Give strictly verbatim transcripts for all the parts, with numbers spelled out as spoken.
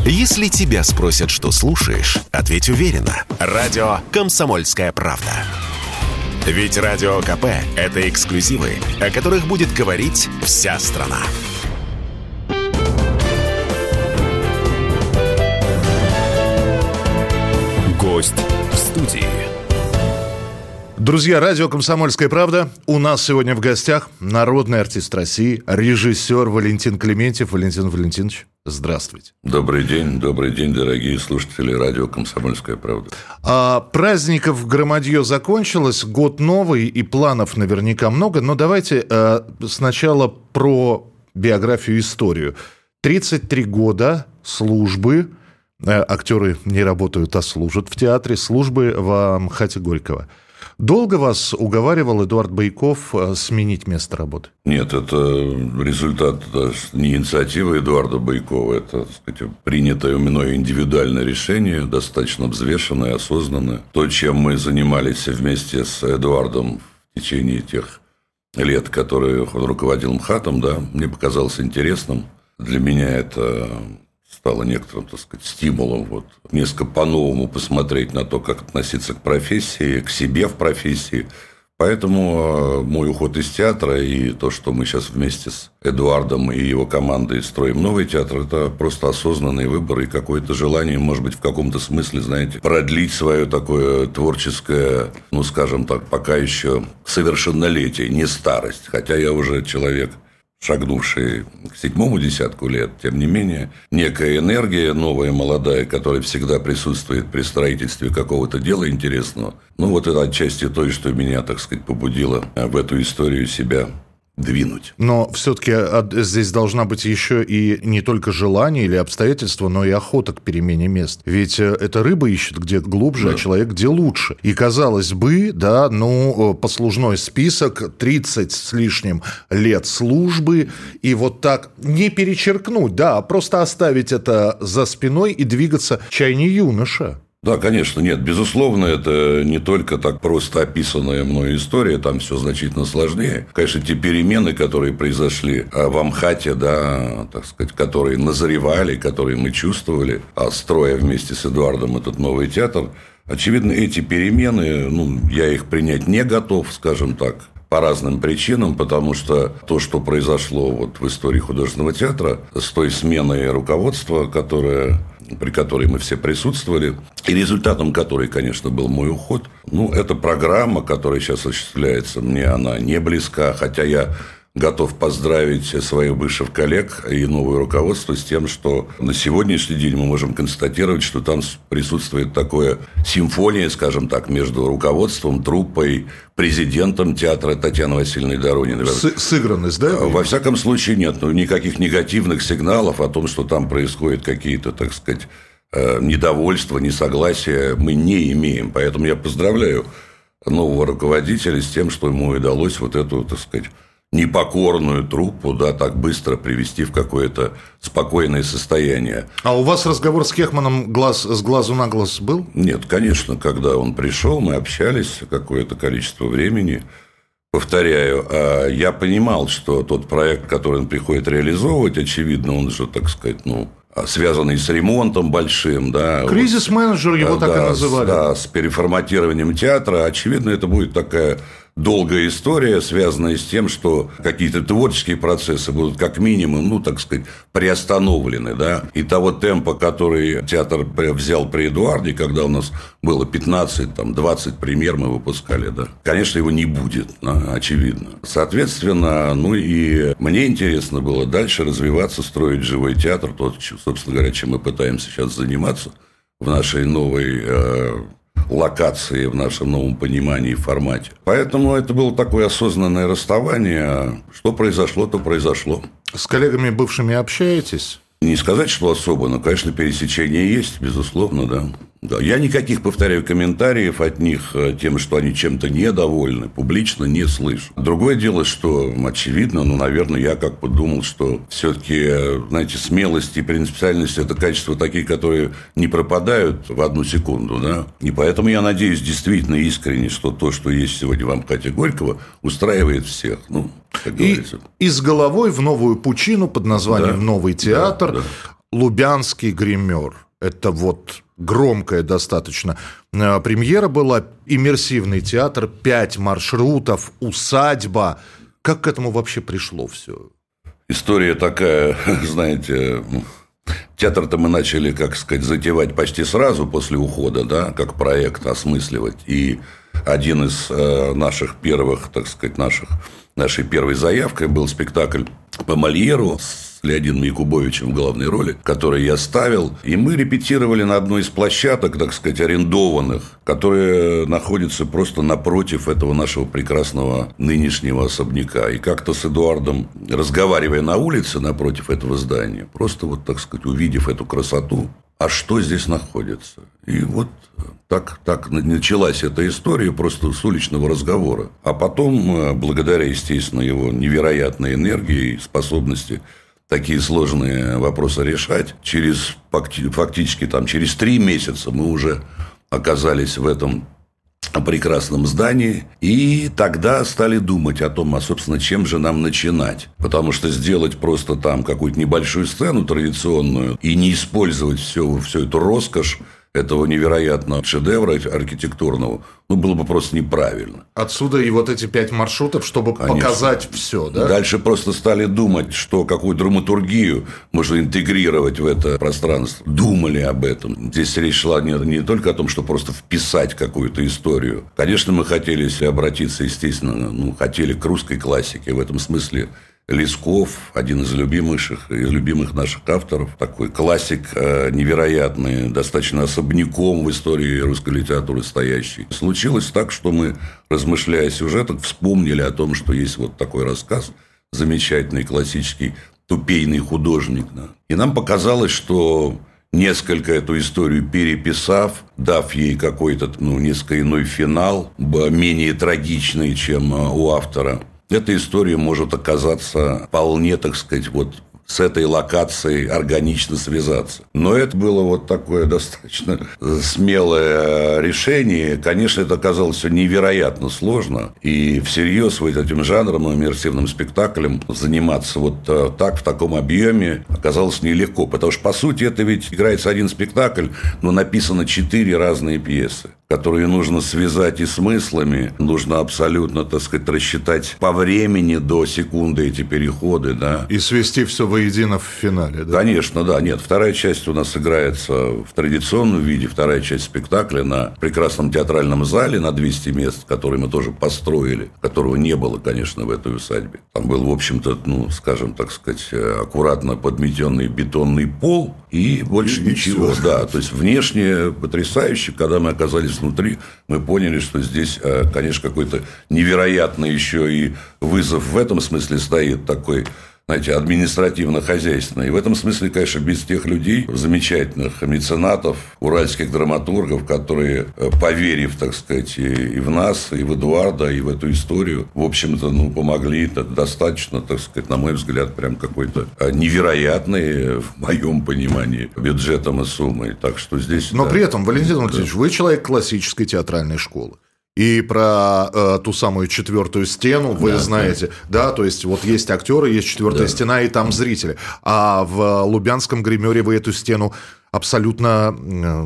Если тебя спросят, что слушаешь, ответь уверенно. Радио «Комсомольская правда». Ведь Радио КП – это эксклюзивы, о которых будет говорить вся страна. Гость в студии. Друзья, радио «Комсомольская правда». У нас сегодня в гостях народный артист России, режиссер Валентин Клементьев. Валентин Валентинович, здравствуйте. Добрый день, добрый день, дорогие слушатели радио «Комсомольская правда». А, праздников громадье закончилось, год новый, и планов наверняка много. Но давайте а, сначала про биографию, историю. тридцать три года службы, а, актеры не работают, а служат в театре, службы в МХАТе Горького. Долго вас уговаривал Эдуард Байков сменить место работы? Нет, это результат не инициативы Эдуарда Байкова, это, так сказать, принятое мной индивидуальное решение, достаточно взвешенное, осознанное. То, чем мы занимались вместе с Эдуардом в течение тех лет, которые он руководил МХАТом, да, мне показалось интересным. Для меня это стало некоторым, так сказать, стимулом вот, несколько по-новому посмотреть на то, как относиться к профессии, к себе в профессии. Поэтому мой уход из театра и то, что мы сейчас вместе с Эдуардом и его командой строим новый театр, это просто осознанный выбор и какое-то желание, может быть, в каком-то смысле, знаете, продлить свое такое творческое, ну, скажем так, пока еще совершеннолетие, не старость. Хотя я уже человек, шагнувший к седьмому десятку лет, тем не менее, некая энергия новая, молодая, которая всегда присутствует при строительстве какого-то дела интересного, ну, вот это отчасти то, что меня, так сказать, побудило в эту историю себя двинуть. Но все-таки здесь должна быть еще и не только желание или обстоятельства, но и охота к перемене мест. Ведь эта рыба ищет где глубже, да, а человек где лучше. И, казалось бы, да, ну, послужной список, тридцать с лишним лет службы, и вот так не перечеркнуть, да, а просто оставить это за спиной и двигаться чай не юноша. Да, конечно, нет, безусловно, это не только так просто описанная мной история, там все значительно сложнее. Конечно, те перемены, которые произошли в МХАТе, да, так сказать, которые назревали, которые мы чувствовали, строя вместе с Эдуардом этот новый театр, очевидно, эти перемены, ну, я их принять не готов, скажем так, по разным причинам, потому что то, что произошло вот в истории художественного театра с той сменой руководства, которая... при которой мы все присутствовали, и результатом которой, конечно, был мой уход. Ну, эта программа, которая сейчас осуществляется, мне она не близка, хотя я готов поздравить своих бывших коллег и новое руководство с тем, что на сегодняшний день мы можем констатировать, что там присутствует такое симфония, скажем так, между руководством, труппой, президентом театра Татьяной Васильевной Дорониной. С- сыгранность, да? Во всяком случае, нет. Ну, никаких негативных сигналов о том, что там происходят какие-то, так сказать, недовольства, несогласия, мы не имеем. Поэтому я поздравляю нового руководителя с тем, что ему удалось вот эту, так сказать, непокорную труппу, да, так быстро привести в какое-то спокойное состояние. А у вас разговор с Кехманом глаз, с глазу на глаз был? Нет, конечно, когда он пришел, мы общались какое-то количество времени. Повторяю, я понимал, что тот проект, который он приходит реализовывать, очевидно, он же, так сказать, ну, связанный с ремонтом большим, да. Кризис-менеджер его да, так и называли. Да, с переформатированием театра. Очевидно, это будет такая долгая история, связанная с тем, что какие-то творческие процессы будут как минимум, ну, так сказать, приостановлены, да. И того темпа, который театр взял при Эдуарде, когда у нас было пятнадцать, там, двадцать премьер мы выпускали, да, конечно, его не будет, да, очевидно. Соответственно, ну, и мне интересно было дальше развиваться, строить живой театр, то, собственно говоря, чем мы пытаемся сейчас заниматься в нашей новой э, локации, в нашем новом понимании и формате. Поэтому это было такое осознанное расставание. Что произошло, то произошло. С коллегами бывшими общаетесь? Не сказать, что особо, но, конечно, пересечения есть, безусловно, да. Да. Я никаких, повторяю, комментариев от них тем, что они чем-то недовольны, публично не слышу. Другое дело, что, очевидно, ну, наверное, я как бы думал, что все-таки, знаете, смелость и принципиальность – это качества такие, которые не пропадают в одну секунду, да. И поэтому я надеюсь действительно искренне, что то, что есть сегодня в МХАТе Горького, устраивает всех, ну, как говорится. И, и с головой в новую пучину под названием да, «Новый театр». Да, да. «Лубянский гример». Это вот громкая достаточно премьера была. Иммерсивный театр, пять маршрутов, усадьба. Как к этому вообще пришло все? История такая, знаете... Театр-то мы начали, как сказать, затевать почти сразу после ухода, да, как проект осмысливать. И один из э, наших первых, так сказать, наших, нашей первой заявкой был спектакль по Мольеру с Леонидом Якубовичем в главной роли, который я ставил. И мы репетировали на одной из площадок, так сказать, арендованных, которая находится просто напротив этого нашего прекрасного нынешнего особняка. И как-то с Эдуардом, разговаривая на улице напротив этого здания, просто вот, так сказать, увидев эту красоту, а что здесь находится? И вот так, так началась эта история просто с уличного разговора. А потом, благодаря, естественно, его невероятной энергии и способности такие сложные вопросы решать, через фактически там, через три месяца мы уже оказались в этом прекрасном здании, и тогда стали думать о том, а, собственно, чем же нам начинать. Потому что сделать просто там какую-то небольшую сцену традиционную и не использовать всю, всю эту роскошь этого невероятного шедевра архитектурного, ну, было бы просто неправильно. Отсюда и вот эти пять маршрутов, чтобы Конечно. показать все, да? Дальше просто стали думать, что какую драматургию можно интегрировать в это пространство. Думали об этом. Здесь речь шла не, не только о том, что просто вписать какую-то историю. Конечно, мы хотели обратиться, естественно, ну, хотели к русской классике. В этом смысле Лесков, один из любимых, из любимых наших авторов, такой классик невероятный, достаточно особняком в истории русской литературы стоящий. Случилось так, что мы, размышляя о сюжетах, вспомнили о том, что есть вот такой рассказ, замечательный, классический, «Тупейный художник». Да. И нам показалось, что несколько эту историю переписав, дав ей какой-то, ну, несколько иной финал, менее трагичный, чем у автора, эта история может оказаться вполне, так сказать, вот с этой локацией органично связаться. Но это было вот такое достаточно смелое решение. Конечно, это оказалось все невероятно сложно. И всерьез вот этим жанром, иммерсивным спектаклем заниматься вот так, в таком объеме, оказалось нелегко. Потому что, по сути, это ведь играется один спектакль, но написано четыре разные пьесы, которые нужно связать и смыслами, нужно абсолютно, так сказать, рассчитать по времени до секунды эти переходы, да. И свести все воедино в финале, да? Конечно, да. Нет, вторая часть у нас играется в традиционном виде, вторая часть спектакля на прекрасном театральном зале на двести мест, который мы тоже построили, которого не было, конечно, в этой усадьбе. Там был, в общем-то, ну, скажем, так сказать, аккуратно подметенный бетонный пол и больше и ничего. Все. Да, то есть внешне потрясающе, когда мы оказались внутри, мы поняли, что здесь, конечно, какой-то невероятный еще и вызов в этом смысле стоит такой, знаете, административно-хозяйственный. И в этом смысле, конечно, без тех людей, замечательных меценатов, уральских драматургов, которые, поверив, так сказать, и в нас, и в Эдуарда, и в эту историю, в общем-то, ну, помогли достаточно, так сказать, на мой взгляд, прям какой-то невероятный, в моем понимании, бюджетом и суммой. Так что здесь... Но да, при этом, Валентин Валентинович, вы человек классической театральной школы. И про э, ту самую четвертую стену вы да, знаете, да. да, то есть вот есть актеры, есть четвертая да. стена, и там зрители. А в Лубянском гримере вы эту стену абсолютно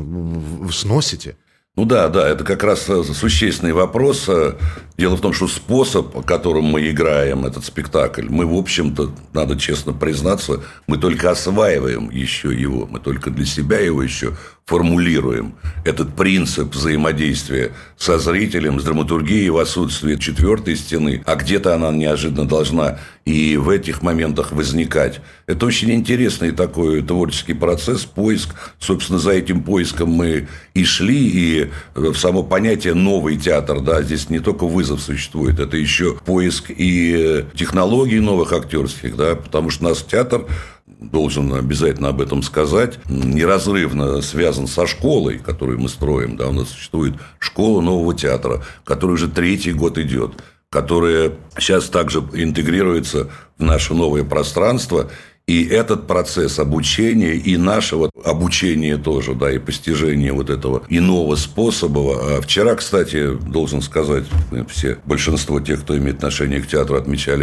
э, сносите. Ну да, да, это как раз существенный вопрос. Дело в том, что способ, которым мы играем этот спектакль, мы, в общем-то, надо честно признаться, мы только осваиваем еще его, мы только для себя его еще формулируем. Этот принцип взаимодействия со зрителем, с драматургией в отсутствии четвертой стены, а где-то она неожиданно должна и в этих моментах возникать. Это очень интересный такой творческий процесс, поиск. Собственно, за этим поиском мы и шли, и в само понятие «новый театр», да, здесь не только вызов существует, это еще поиск и технологий новых актерских, да, потому что у нас театр, должен обязательно об этом сказать, неразрывно связан со школой, которую мы строим. Да, у нас существует школа нового театра, которая уже третий год идет, которая сейчас также интегрируется в наше новое пространство. И этот процесс обучения и нашего обучения тоже, да, и постижения вот этого иного способа. А вчера, кстати, должен сказать, все, большинство тех, кто имеет отношение к театру, отмечали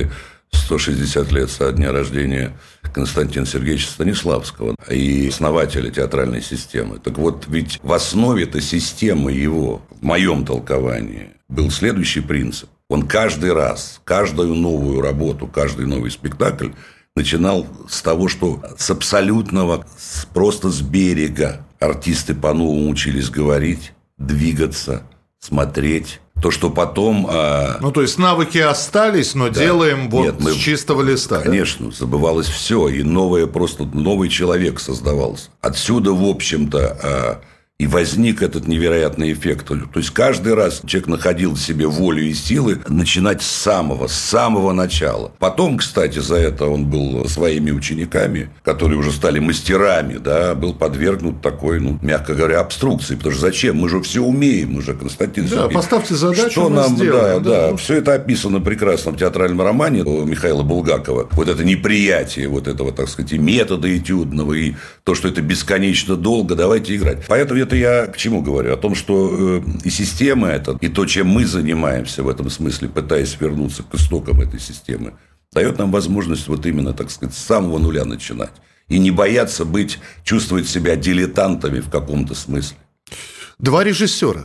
сто шестьдесят лет со дня рождения Константина Сергеевича Станиславского и основателя театральной системы. Так вот, ведь в основе этой системы его, в моем толковании, был следующий принцип. Он каждый раз, каждую новую работу, каждый новый спектакль начинал с того, что с абсолютного, просто с берега артисты по-новому учились говорить, двигаться, смотреть. То, что потом... Ну, то есть, навыки остались, но да. делаем вот Нет, мы... с чистого листа. Конечно, да? Забывалось все, и новое, просто новый человек создавался. Отсюда, в общем-то, и возник этот невероятный эффект. То есть, каждый раз человек находил в себе волю и силы начинать с самого, с самого начала. Потом, кстати, за это он был своими учениками, которые уже стали мастерами, да, был подвергнут такой, ну, мягко говоря, обструкции. Потому что зачем? Мы же все умеем, мы же, Константин да, Сергеевич. Поставьте задачу, что мы нам, сделаем. Да, да, да, все это описано прекрасно в театральном романе Михаила Булгакова. Вот это неприятие вот этого, так сказать, и метода этюдного, и то, что это бесконечно долго, давайте играть. Поэтому это я к чему говорю? О том, что и система эта, и то, чем мы занимаемся в этом смысле, пытаясь вернуться к истокам этой системы, дает нам возможность вот именно, так сказать, с самого нуля начинать. И не бояться быть, чувствовать себя дилетантами в каком-то смысле. Два режиссера.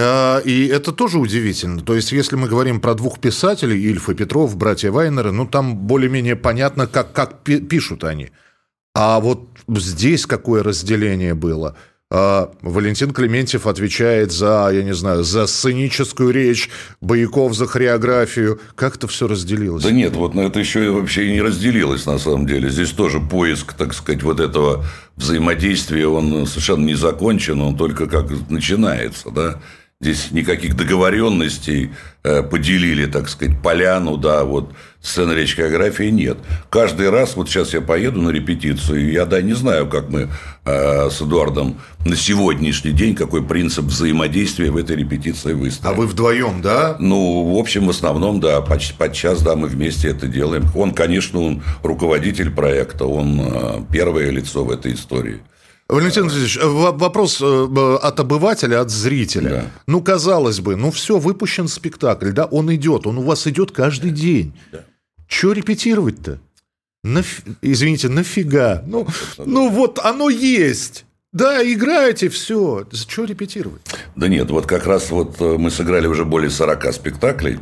И это тоже удивительно. То есть, если мы говорим про двух писателей, Ильф и Петров, братья Вайнеры, ну, там более-менее понятно, как, как пишут они. А вот здесь какое разделение было? Валентин Клементьев отвечает за, я не знаю, за сценическую речь, Бояков за хореографию. Как это все разделилось? Да нет, вот это еще вообще и не разделилось на самом деле. Здесь тоже поиск, так сказать, вот этого взаимодействия, он совершенно не закончен, он только как начинается, да. Здесь никаких договоренностей, поделили, так сказать, поляну, да, вот сцена, речь, хореографии нет. Каждый раз, вот сейчас я поеду на репетицию, и я, да, не знаю, как мы э, с Эдуардом на сегодняшний день, какой принцип взаимодействия в этой репетиции выстроен. А вы вдвоем, да? Ну, в общем, в основном, да, подчас, да, мы вместе это делаем. Он, конечно, он руководитель проекта, он э, первое лицо в этой истории. Валентин Владимирович, вопрос от обывателя, от зрителя. Да. Ну, казалось бы, ну все, выпущен спектакль, да, он идет, он у вас идет каждый день. Да. Чего репетировать-то? Наф... Извините, нафига? Ну, ну вот оно есть. Да, играете, все. Чего репетировать? Да нет, вот как раз вот мы сыграли уже более сорока спектаклей,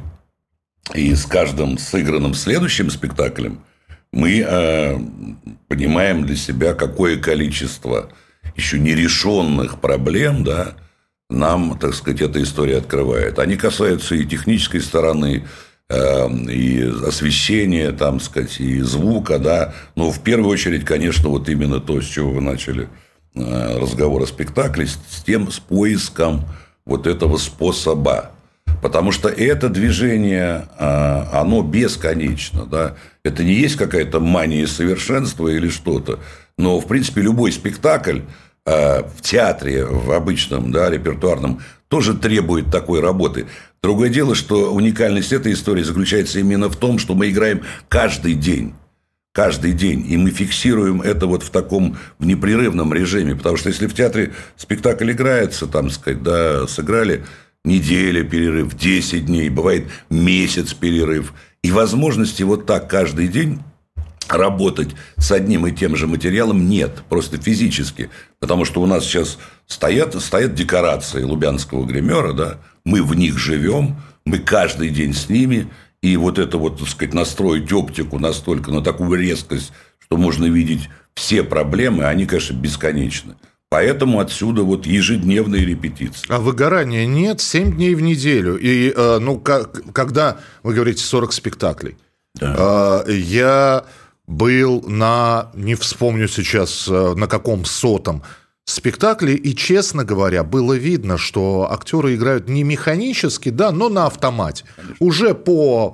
и с каждым сыгранным следующим спектаклем мы э, понимаем для себя, какое количество еще нерешенных проблем, да, нам, так сказать, эта история открывает. Они касаются и технической стороны, э, и освещения, там, сказать, и звука, да, но в первую очередь, конечно, вот именно то, с чего вы начали э, разговор о спектакле, с тем, с поиском вот этого способа. Потому что это движение, оно бесконечно, да. Это не есть какая-то мания совершенства или что-то. Но, в принципе, любой спектакль в театре, в обычном, да, репертуарном, тоже требует такой работы. Другое дело, что уникальность этой истории заключается именно в том, что мы играем каждый день. Каждый день. И мы фиксируем это вот в таком в непрерывном режиме. Потому что если в театре спектакль играется, там, сказать, да, сыграли... Неделя перерыв, десять дней, бывает месяц перерыв. И возможности вот так каждый день работать с одним и тем же материалом нет, просто физически. Потому что у нас сейчас стоят, стоят декорации Лубянского гримера, да, мы в них живем, мы каждый день с ними. И вот это вот, так сказать, настроить оптику настолько на такую резкость, что можно видеть все проблемы, они, конечно, бесконечны. Поэтому отсюда вот ежедневные репетиции. А выгорания нет, семь дней в неделю. И, ну, как, когда, вы говорите, сорок спектаклей, да. Я был на, не вспомню сейчас, на каком сотом спектакле, и, честно говоря, было видно, что актеры играют не механически, да, но на автомате. Конечно. Уже по...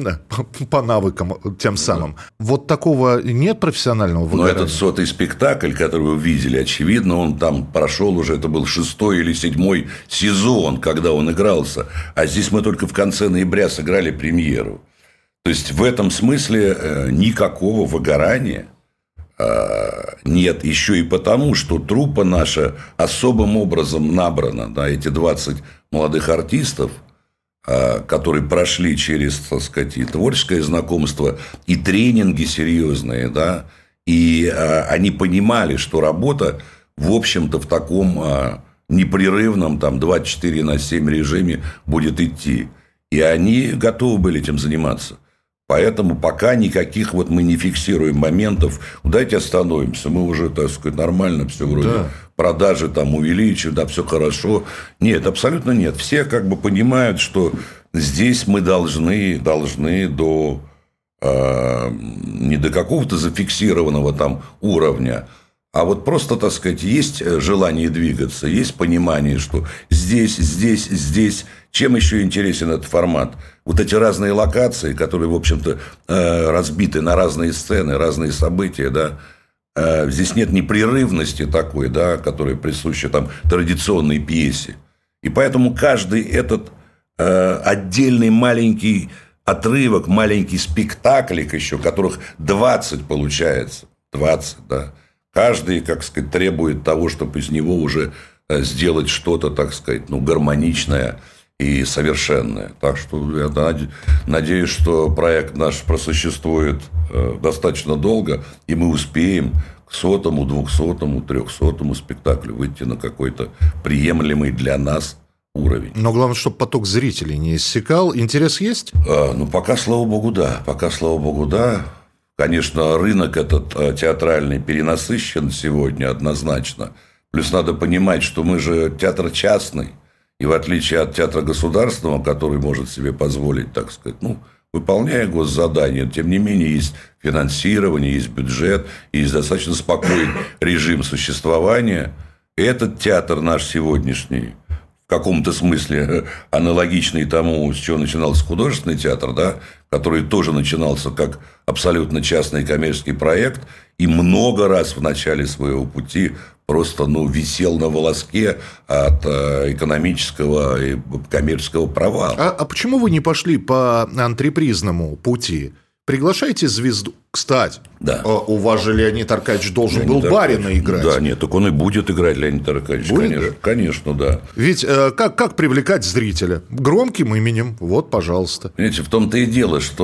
по навыкам тем самым. Да. Вот такого нет профессионального выгорания? Но этот сотый спектакль, который вы видели, очевидно, он там прошел уже, это был шестой или седьмой сезон, когда он игрался. А здесь мы только в конце ноября сыграли премьеру. То есть, в этом смысле никакого выгорания нет. Еще и потому, что труппа наша особым образом набрана. Да, эти двадцать молодых артистов, которые прошли через, так сказать, и творческое знакомство, и тренинги серьезные, да, и они понимали, что работа, в общем-то, в таком непрерывном там, двадцать четыре на семь режиме будет идти. И они готовы были этим заниматься. Поэтому пока никаких вот мы не фиксируем моментов, дайте остановимся, мы уже, так сказать, нормально все вроде, да. Продажи там увеличим, да, все хорошо. Нет, абсолютно нет. Все как бы понимают, что здесь мы должны, должны до, э, не до какого-то зафиксированного там уровня, а вот просто, так сказать, есть желание двигаться, есть понимание, что здесь, здесь, здесь. Чем еще интересен этот формат? Вот эти разные локации, которые, в общем-то, разбиты на разные сцены, разные события, да. Здесь нет непрерывности такой, да, которая присуща там традиционной пьесе. И поэтому каждый этот отдельный маленький отрывок, маленький спектаклик еще, которых двадцать получается, двадцать, да. Каждый, как сказать, требует того, чтобы из него уже сделать что-то, так сказать, ну, гармоничное и совершенное. Так что я надеюсь, что проект наш просуществует достаточно долго, и мы успеем к сотому, двухсотому, трехсотому спектаклю выйти на какой-то приемлемый для нас уровень. Но главное, чтобы поток зрителей не иссякал. Интерес есть? А, ну, пока, слава богу, да. Пока, слава богу, да. Конечно, рынок этот театральный перенасыщен сегодня однозначно. Плюс надо понимать, что мы же театр частный. И в отличие от театра государственного, который может себе позволить, так сказать, ну, выполняя госзадания, тем не менее, есть финансирование, есть бюджет, есть достаточно спокойный режим существования. И этот театр наш сегодняшний, в каком-то смысле аналогичный тому, с чего начинался художественный театр, да, который тоже начинался как абсолютно частный коммерческий проект, и много раз в начале своего пути просто, ну, висел на волоске от экономического и коммерческого провала. А, а почему вы не пошли по антрепризному пути? Приглашайте звезду. Кстати, да. У вас же Леонид Аркадьевич должен Леонид был Аркадьевич, барина играть. Да, нет, так он и будет играть, Леонид Аркадьевич, будет, конечно, да? Конечно, да. Ведь э, как, как привлекать зрителя? Громким именем, вот, пожалуйста. Понимаете, в том-то и дело, что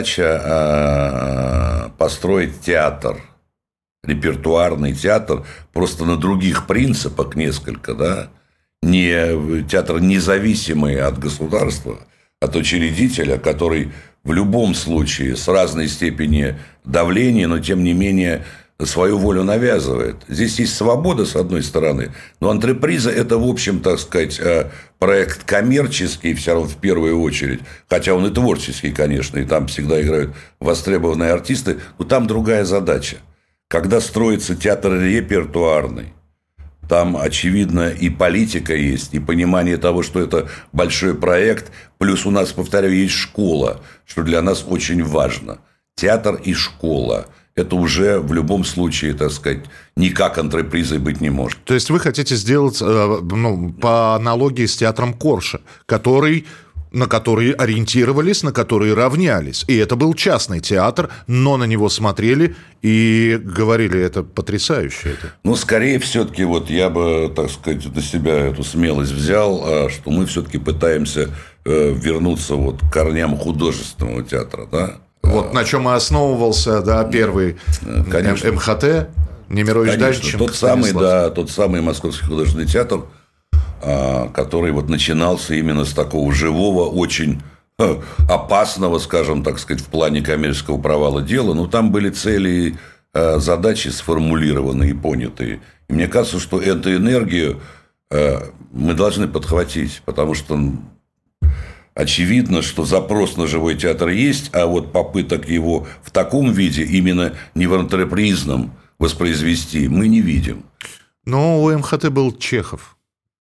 задача э, построить театр, репертуарный театр, просто на других принципах несколько, да, не театр независимый от государства, от учредителя, который в любом случае с разной степенью давления, но тем не менее свою волю навязывает. Здесь есть свобода, с одной стороны, но антреприза – это, в общем, так сказать, проект коммерческий, все равно в первую очередь, хотя он и творческий, конечно, и там всегда играют востребованные артисты, но там другая задача. Когда строится театр репертуарный, там, очевидно, и политика есть, и понимание того, что это большой проект. Плюс у нас, повторяю, есть школа, что для нас очень важно. Театр и школа. Это уже в любом случае, так сказать, никак антрепризой быть не может. То есть вы хотите сделать, ну, по аналогии с театром Корша, который... на которые ориентировались, на которые равнялись. И это был частный театр, но на него смотрели и говорили, это потрясающе. Это. Ну, скорее, все-таки, вот я бы, так сказать, на себя эту смелость взял, что мы все-таки пытаемся вернуться вот к корням художественного театра, да? Вот на чем и основывался, да, первый Конечно. эм ха тэ, Немирович Данченко. Тот самый, да, тот самый Московский художественный театр, который вот начинался именно с такого живого, очень опасного, скажем так сказать, в плане коммерческого провала дела. Но там были цели и задачи сформулированы и понятые. И мне кажется, что эту энергию мы должны подхватить, потому что очевидно, что запрос на живой театр есть, а вот попыток его в таком виде, именно не в антрепризном, воспроизвести мы не видим. Но у эм ха тэ был Чехов.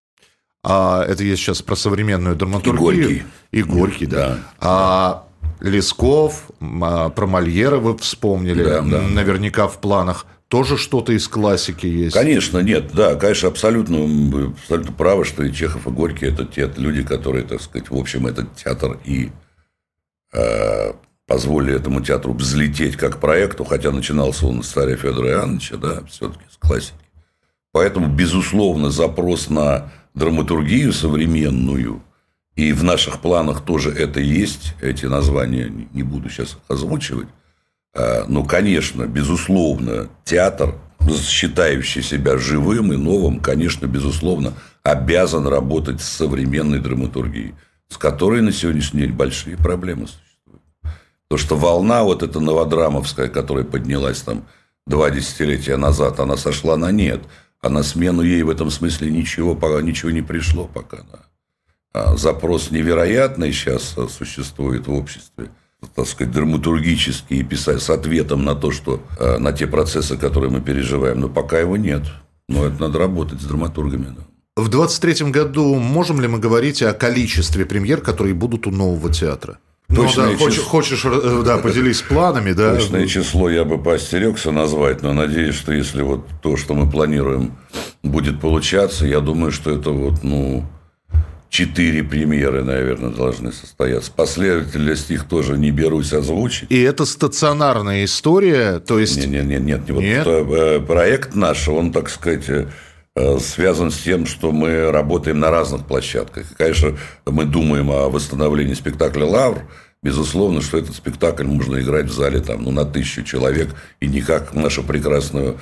А это я сейчас про современную драматургию. И Горький. И Горький, да. да. А Лесков, про Мольера вы вспомнили. Да, да. Наверняка в планах тоже что-то из классики есть. Конечно, нет. Да, конечно, абсолютно, абсолютно правы, что и Чехов, и Горький – это те люди, которые, так сказать, в общем, этот театр и э, позволили этому театру взлететь как проекту, хотя начинался он с царя Федора Иоанновича, да, все-таки с классики. Поэтому, безусловно, запрос на драматургию современную И в наших планах тоже это есть. Эти названия не буду сейчас озвучивать. Ну, конечно, безусловно, театр, считающий себя живым и новым, конечно, безусловно, обязан работать с современной драматургией, с которой на сегодняшний день большие проблемы существуют. Потому что волна вот эта новодрамовская, которая поднялась там два десятилетия назад, она сошла на нет. А на смену ей в этом смысле ничего, пока ничего не пришло пока. Да. Запрос невероятный сейчас существует в обществе, так сказать, драматургический, и писать с ответом на то, что на те процессы, которые мы переживаем, но пока его нет. Но это надо работать с драматургами. Да. В двадцать третьем году можем ли мы говорить о количестве премьер, которые будут у нового театра? Ну, да, хочешь, число... хочешь, да, поделись планами, да. Точное число я бы поостерегся назвать, но надеюсь, что если вот то, что мы планируем, будет получаться, я думаю, что это вот, ну, четыре премьеры, наверное, должны состояться. Последовательность их тоже не берусь озвучить. И это стационарная история, то есть... Нет, нет, нет, нет. нет? Вот проект наш, он, так сказать, связан с тем, что мы работаем на разных площадках. И, конечно, мы думаем о восстановлении спектакля «Лавр». Безусловно, что этот спектакль можно играть в зале там, ну, на тысячу человек, и не как нашу прекрасную,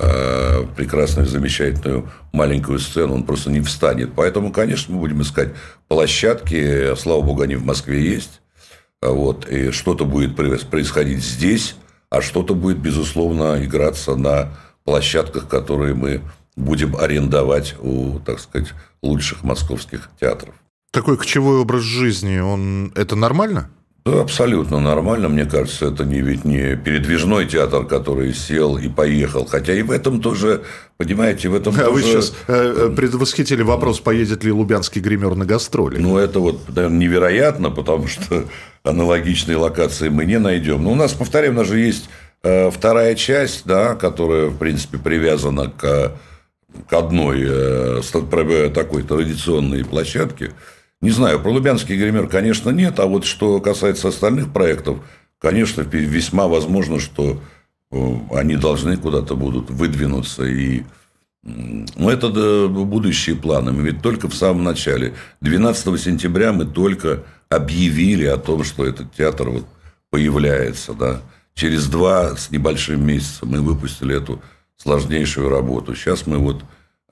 э, прекрасную, замечательную маленькую сцену, он просто не встанет. Поэтому, конечно, мы будем искать площадки, слава богу, они в Москве есть, вот, и что-то будет происходить здесь, а что-то будет, безусловно, играться на площадках, которые мы будем арендовать у, так сказать, лучших московских театров. Такой кочевой образ жизни, он... это нормально? Да, абсолютно нормально. Мне кажется, это не, ведь не передвижной театр, который сел и поехал. Хотя и в этом тоже, понимаете, в этом а тоже... Вы сейчас э, предвосхитили вопрос, поедет ли лубянский гример на гастроли. Ну, это вот, наверное, невероятно, потому что аналогичные локации мы не найдем. Но у нас, повторяю, у нас же есть э, вторая часть, да, которая, в принципе, привязана к, к одной э, такой традиционной площадке. Не знаю, про лубянский гример, конечно, нет, а вот что касается остальных проектов, конечно, весьма возможно, что они должны куда-то будут выдвинуться. И... Но это будущие планы. Мы ведь только в самом начале. двенадцатого сентября мы только объявили о том, что этот театр вот появляется. Да? Через два с небольшим месяца мы выпустили эту сложнейшую работу. Сейчас мы вот...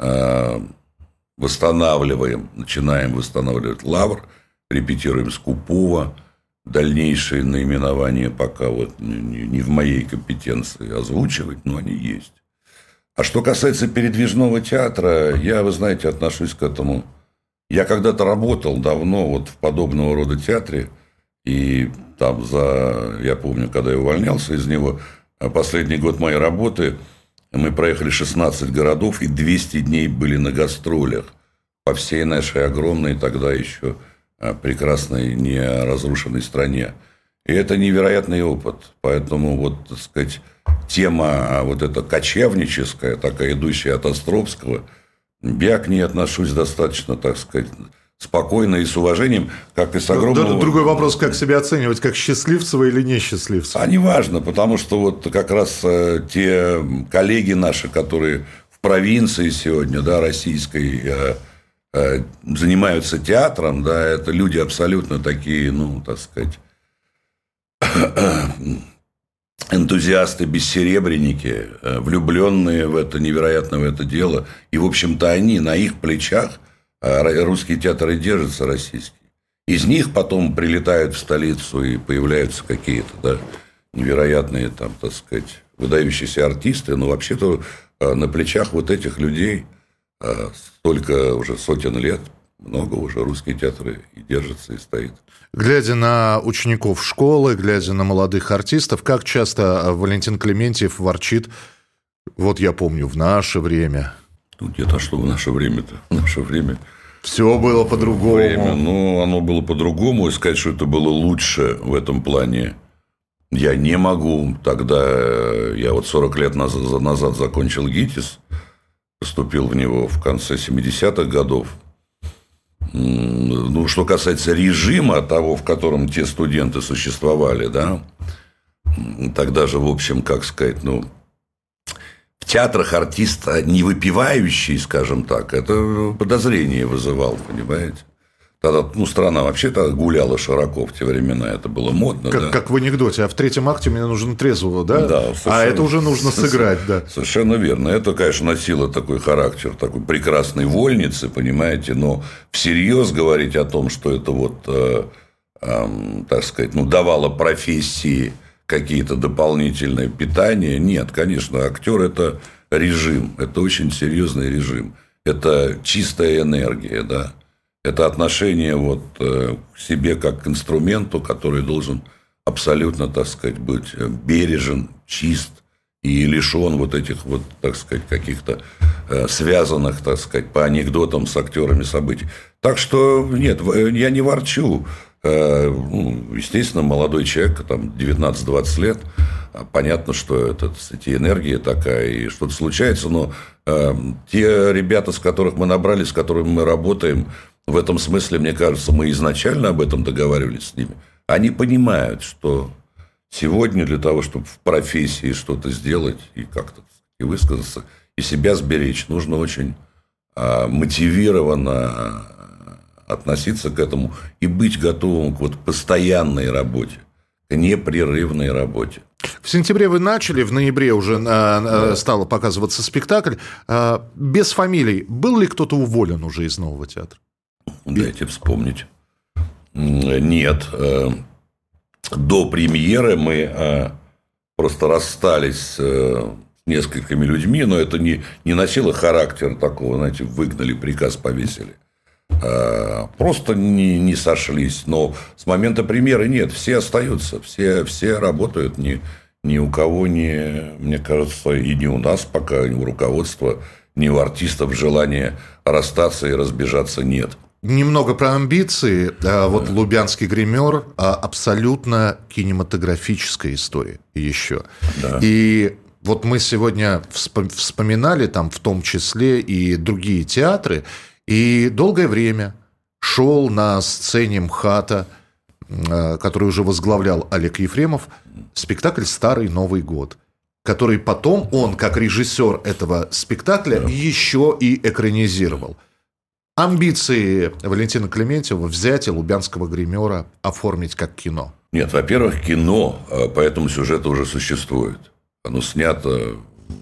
восстанавливаем, начинаем восстанавливать «Лавр», репетируем «Скупого». Дальнейшие наименования пока вот не в моей компетенции озвучивать, но они есть. А что касается передвижного театра, я, вы знаете, отношусь к этому. Я когда-то работал давно вот в подобного рода театре, и там за... Я помню, когда я увольнялся из него, последний год моей работы... Мы проехали шестнадцать городов и двести дней были на гастролях по всей нашей огромной тогда еще прекрасной, не разрушенной стране. И это невероятный опыт. Поэтому, вот, так сказать, тема вот эта кочевническая, такая, идущая от Островского, я к ней отношусь достаточно, так сказать, спокойно и с уважением, как и с огромным... Другой вопрос, как себя оценивать, как счастливцева или несчастливца? А не важно, потому что вот как раз те коллеги наши, которые в провинции сегодня, да, российской, занимаются театром, да, это люди абсолютно такие, ну, так сказать, энтузиасты, бессеребренники, влюбленные в это, невероятно в это дело. И, в общем-то, они на их плечах русские театры держатся, российские. Из них потом прилетают в столицу и появляются какие-то, да, невероятные, там, так сказать, выдающиеся артисты. Но вообще-то на плечах вот этих людей столько уже сотен лет, много уже русские театры и держатся, и стоит. Глядя на учеников школы, глядя на молодых артистов, как часто Валентин Клементьев ворчит: вот я помню, в наше время... Ну, где-то что в наше время-то? В наше время... Все было по-другому. Время, ну, оно было по-другому. И сказать, что это было лучше в этом плане, я не могу. Тогда я вот сорок лет назад, назад закончил ГИТИС, поступил в него в конце семидесятых годов. Ну, что касается режима того, в котором те студенты существовали, да, тогда же, в общем, как сказать, ну... В театрах артист не выпивающий, скажем так, это подозрение вызывал, понимаете? Тогда, ну, страна вообще-то гуляла широко в те времена, это было модно. Как, да. как в анекдоте, а в третьем акте мне нужно трезвого, да? Да, а это уже нужно сыграть, да. Совершенно верно. Это, конечно, носило такой характер, такой прекрасной вольницы, понимаете, но всерьез говорить о том, что это вот, э, э, так сказать, ну, давало профессии какие-то дополнительные питания, нет, конечно, актер – это режим, это очень серьезный режим, это чистая энергия, да. Это отношение вот к себе как к инструменту, который должен абсолютно, так сказать, быть бережен, чист и лишен вот этих вот, так сказать, каких-то связанных, так сказать, по анекдотам с актерами событий. Так что нет, я не ворчу. Естественно, молодой человек, там, девятнадцать-двадцать лет, понятно, что это, эти энергия такая, и что-то случается, но те ребята, с которых мы набрались, с которыми мы работаем, в этом смысле, мне кажется, мы изначально об этом договаривались с ними. Они понимают, что сегодня для того, чтобы в профессии что-то сделать и как-то и высказаться, и себя сберечь, нужно очень а, мотивированно относиться к этому и быть готовым к вот постоянной работе, к непрерывной работе. В сентябре вы начали, в ноябре уже да. стало показываться спектакль. Без фамилий. Был ли кто-то уволен уже из Нового театра? Дайте вспомнить. Нет. До премьеры мы просто расстались с несколькими людьми, но это не, не носило характер такого, знаете, выгнали, приказ повесили. Просто не, не сошлись. Но с момента премьеры нет, все остаются, все, все работают, ни, ни у кого не, мне кажется, и не у нас пока, ни у руководства, ни у артистов желания расстаться и разбежаться нет. Немного про амбиции. Вот да. «Лубянский гример» – абсолютно кинематографическая история еще. Да. И вот мы сегодня вспоминали там в том числе и другие театры, и долгое время шел на сцене МХАТа, который уже возглавлял Олег Ефремов, спектакль «Старый Новый год», который потом он, как режиссер этого спектакля, да. еще и экранизировал. Амбиции Валентина Клементьева взять и «Лубянского гримера» оформить как кино? Нет, во-первых, кино по этому сюжету уже существует. Оно снято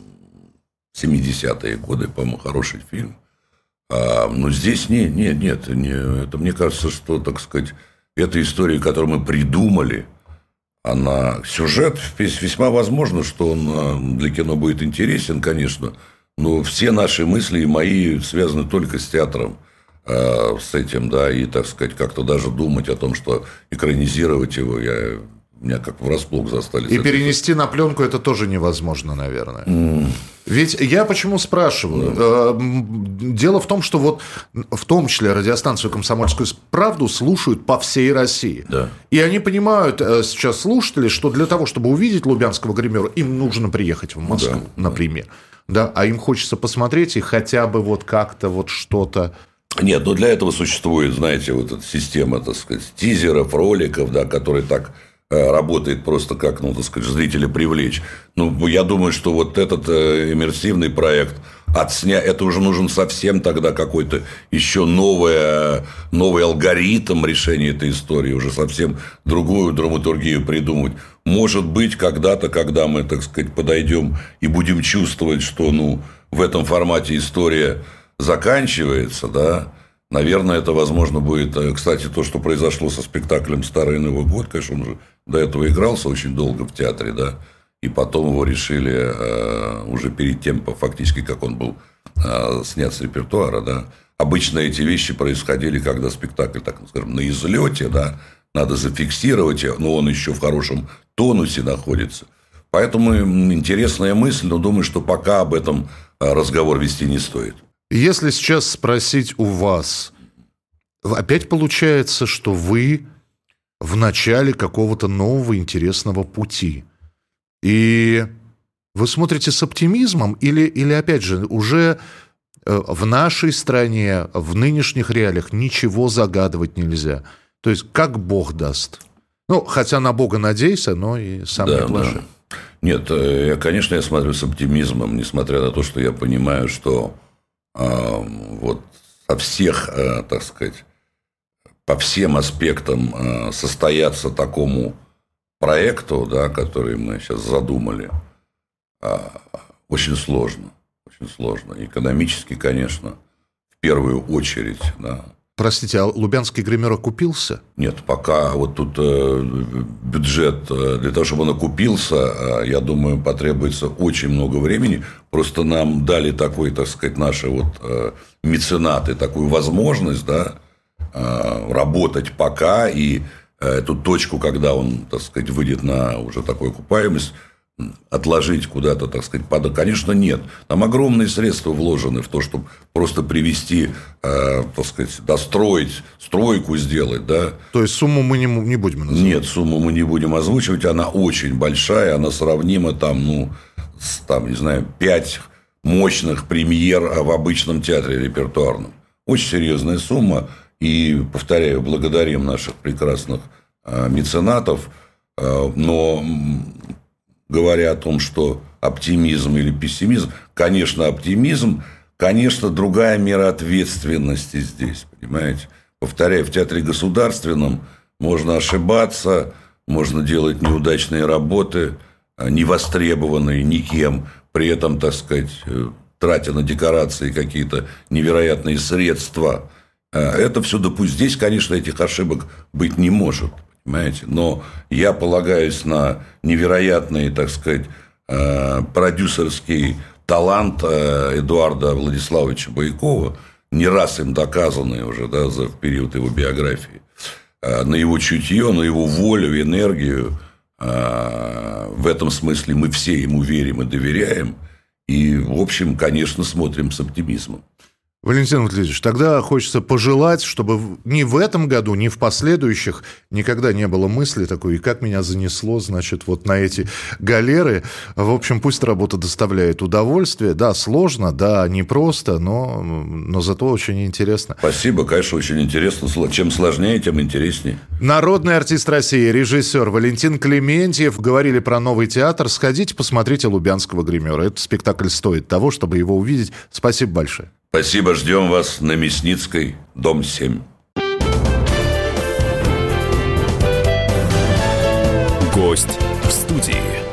в семидесятые годы, по-моему, хороший фильм. А, но здесь нет, нет, нет. Не, это, мне кажется, что, так сказать, эта история, которую мы придумали, она... Сюжет весьма возможно, что он для кино будет интересен, конечно, но все наши мысли и мои связаны только с театром, э, с этим, да, и, так сказать, как-то даже думать о том, что экранизировать его, я, меня как врасплох застали. И перенести на пленку это тоже невозможно, наверное. Mm. Ведь я почему спрашиваю? Mm. Дело в том, что вот в том числе радиостанцию «Комсомольскую правду» слушают по всей России. Да. И они понимают сейчас, слушатели, что для того, чтобы увидеть «Лубянского гримера», им нужно приехать в Москву, да, например. Да, а им хочется посмотреть и хотя бы вот как-то вот что-то... Нет, но для этого существует, знаете, вот эта система, так сказать, тизеров, роликов, да, которые так э, работает просто как, ну, так сказать, зрителя привлечь. Ну, я думаю, что вот этот э, иммерсивный проект отсня... это уже нужен совсем тогда какой-то еще новый, новый алгоритм решения этой истории, уже совсем другую драматургию придумывать. Может быть, когда-то, когда мы, так сказать, подойдем и будем чувствовать, что, ну, в этом формате история заканчивается, да, наверное, это возможно будет. Кстати, то, что произошло со спектаклем «Старый Новый год», конечно, он же до этого игрался очень долго в театре, да, и потом его решили э, уже перед тем, фактически, как он был э, снят с репертуара, да. Обычно эти вещи происходили, когда спектакль, так скажем, на излете, да, надо зафиксировать, но он еще в хорошем тонусе находится. Поэтому интересная мысль, но думаю, что пока об этом разговор вести не стоит. Если сейчас спросить у вас, опять получается, что вы в начале какого-то нового интересного пути. И вы смотрите с оптимизмом или, или опять же, уже в нашей стране, в нынешних реалиях ничего загадывать нельзя? То есть, как Бог даст. Ну, хотя на Бога надейся, но и сам да, не плаши. Да. Нет, я, конечно, я смотрю с оптимизмом, несмотря на то, что я понимаю, что э, вот со всех, э, так сказать, по всем аспектам состояться такому проекту, да, который мы сейчас задумали, очень сложно. Очень сложно. Экономически, конечно, в первую очередь. Да. Простите, а лубянский гример окупился? Нет, пока вот тут э, бюджет, э, для того, чтобы он окупился, э, я думаю, потребуется очень много времени. Просто нам дали такой, так сказать, наши вот э, меценаты, такую возможность, да, э, работать пока, и э, эту точку, когда он, так сказать, выйдет на уже такую окупаемость, отложить куда-то, так сказать, под... Конечно, нет. Там огромные средства вложены в то, чтобы просто привести, э, так сказать, достроить, стройку сделать, да. То есть сумму мы не, не будем называть? Нет, сумму мы не будем озвучивать, она очень большая, она сравнима там, ну, с, там, не знаю, пять мощных премьер в обычном театре репертуарном. Очень серьезная сумма, и, повторяю, благодарим наших прекрасных э, меценатов, э, но... Говоря о том, что оптимизм или пессимизм, конечно, оптимизм, конечно, другая мера ответственности здесь, понимаете? Повторяю, в театре государственном можно ошибаться, можно делать неудачные работы, невостребованные никем, при этом, так сказать, тратя на декорации какие-то невероятные средства. Это все допустимо. Здесь, конечно, этих ошибок быть не может. Понимаете? Но я полагаюсь на невероятный, так сказать, продюсерский талант Эдуарда Владиславовича Байкова, не раз им доказанный уже, да, за в период его биографии, на его чутье, на его волю, энергию. В этом смысле мы все ему верим и доверяем. И, в общем, конечно, смотрим с оптимизмом. Валентин Владимирович, тогда хочется пожелать, чтобы ни в этом году, ни в последующих никогда не было мысли такой, и как меня занесло, значит, вот на эти галеры. В общем, пусть работа доставляет удовольствие. Да, сложно, да, непросто, но, но зато очень интересно. Спасибо, конечно, очень интересно. Чем сложнее, тем интереснее. Народный артист России, режиссер Валентин Клементьев. Говорили про новый театр. Сходите, посмотрите «Лубянского гримера». Этот спектакль стоит того, чтобы его увидеть. Спасибо большое. Спасибо, ждем вас на Мясницкой, дом семь. Гость в студии.